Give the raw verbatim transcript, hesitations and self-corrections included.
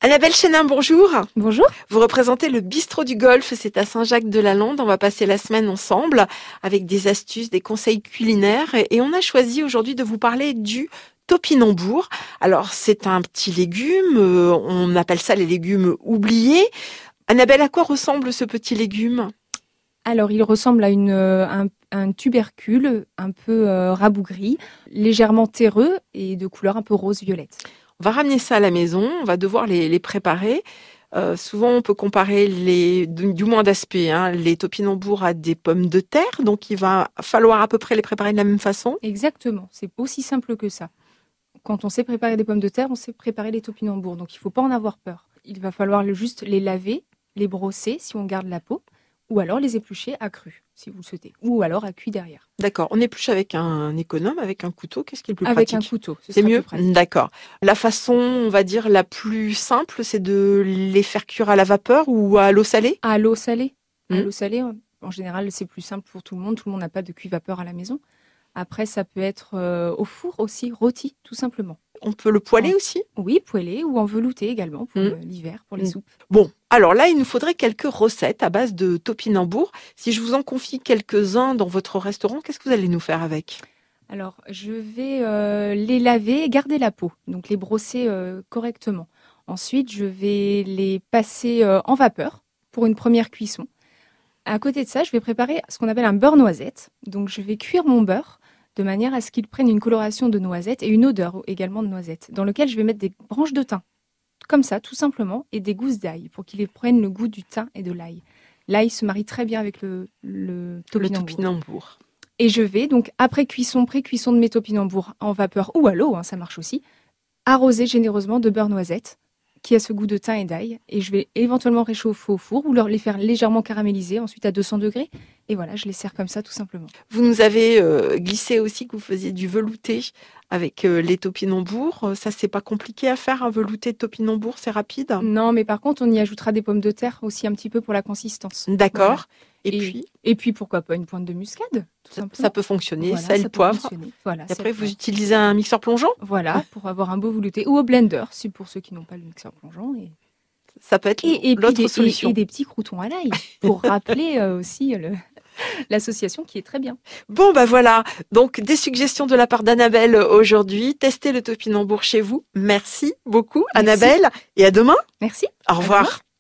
Annabelle Chénin, bonjour. Bonjour. Vous représentez le Bistrot du Golfe, c'est à Saint-Jacques-de-la-Lande. On va passer la semaine ensemble avec des astuces, des conseils culinaires. Et on a choisi aujourd'hui de vous parler du topinambour. Alors, c'est un petit légume, on appelle ça les légumes oubliés. Annabelle, à quoi ressemble ce petit légume ? Alors, il ressemble à une, un, un tubercule un peu euh, rabougri, légèrement terreux et de couleur un peu rose-violette. On va ramener ça à la maison, on va devoir les, les préparer. Euh, souvent, on peut comparer les, du, du moins d'aspect, hein, les topinambours à des pommes de terre. Donc, il va falloir à peu près les préparer de la même façon. Exactement, c'est aussi simple que ça. Quand on sait préparer des pommes de terre, on sait préparer les topinambours. Donc, il ne faut pas en avoir peur. Il va falloir le, juste les laver, les brosser si on garde la peau, ou alors les éplucher à cru, si vous le souhaitez, ou alors à cuit derrière. D'accord, on épluche avec un économe, avec un couteau, qu'est-ce qui est le plus avec pratique ? Avec un couteau, c'est mieux. D'accord. La façon, on va dire, la plus simple, c'est de les faire cuire à la vapeur ou à l'eau salée ? À l'eau salée. Mmh. À l'eau salée, en général, c'est plus simple pour tout le monde. Tout le monde n'a pas de cuit-vapeur à la maison. Après, ça peut être euh, au four aussi, rôti, tout simplement. On peut le poêler en... aussi ? Oui, poêler ou en velouté également pour mmh. l'hiver, pour les mmh. soupes. Bon, alors là, il nous faudrait quelques recettes à base de topinambour. Si je vous en confie quelques-uns dans votre restaurant, qu'est-ce que vous allez nous faire avec ? Alors, je vais euh, les laver et garder la peau, donc les brosser euh, correctement. Ensuite, je vais les passer euh, en vapeur pour une première cuisson. À côté de ça, je vais préparer ce qu'on appelle un beurre noisette. Donc, je vais cuire mon beurre de manière à ce qu'il prenne une coloration de noisette et une odeur également de noisette, dans lequel je vais mettre des branches de thym, comme ça, tout simplement, et des gousses d'ail, pour qu'ils prennent le goût du thym et de l'ail. L'ail se marie très bien avec le, le topinambour. Le topinambour. Et je vais, donc, après cuisson, pré-cuisson de mes topinambours en vapeur ou à l'eau, hein, ça marche aussi, arroser généreusement de beurre noisette, qui a ce goût de thym et d'ail, et je vais éventuellement réchauffer au four ou leur les faire légèrement caraméliser, ensuite à deux cents degrés, et voilà, je les sers comme ça tout simplement. Vous nous avez euh, glissé aussi que vous faisiez du velouté avec euh, les topinambours. Ça, c'est pas compliqué à faire, un velouté de topinambour, c'est rapide ? Non, mais par contre, on y ajoutera des pommes de terre aussi un petit peu pour la consistance. D'accord. Voilà. Et, et puis Et puis, pourquoi pas une pointe de muscade, tout ça, simplement. ça peut fonctionner, voilà, sel, ça poivre. Fonctionner. Voilà, et après, vous poivre. utilisez un mixeur plongeant ? Voilà, pour avoir un beau velouté. Ou au blender, si pour ceux qui n'ont pas le mixeur plongeant. Et... Ça peut être et, et l'autre solution. Et, et des petits croûtons à l'ail, pour rappeler euh, aussi le... l'association qui est très bien. Bon, bah voilà. Donc, des suggestions de la part d'Annabelle aujourd'hui. Testez le topinambour chez vous. Merci beaucoup, Annabelle. Merci. Et à demain. Merci. Au revoir.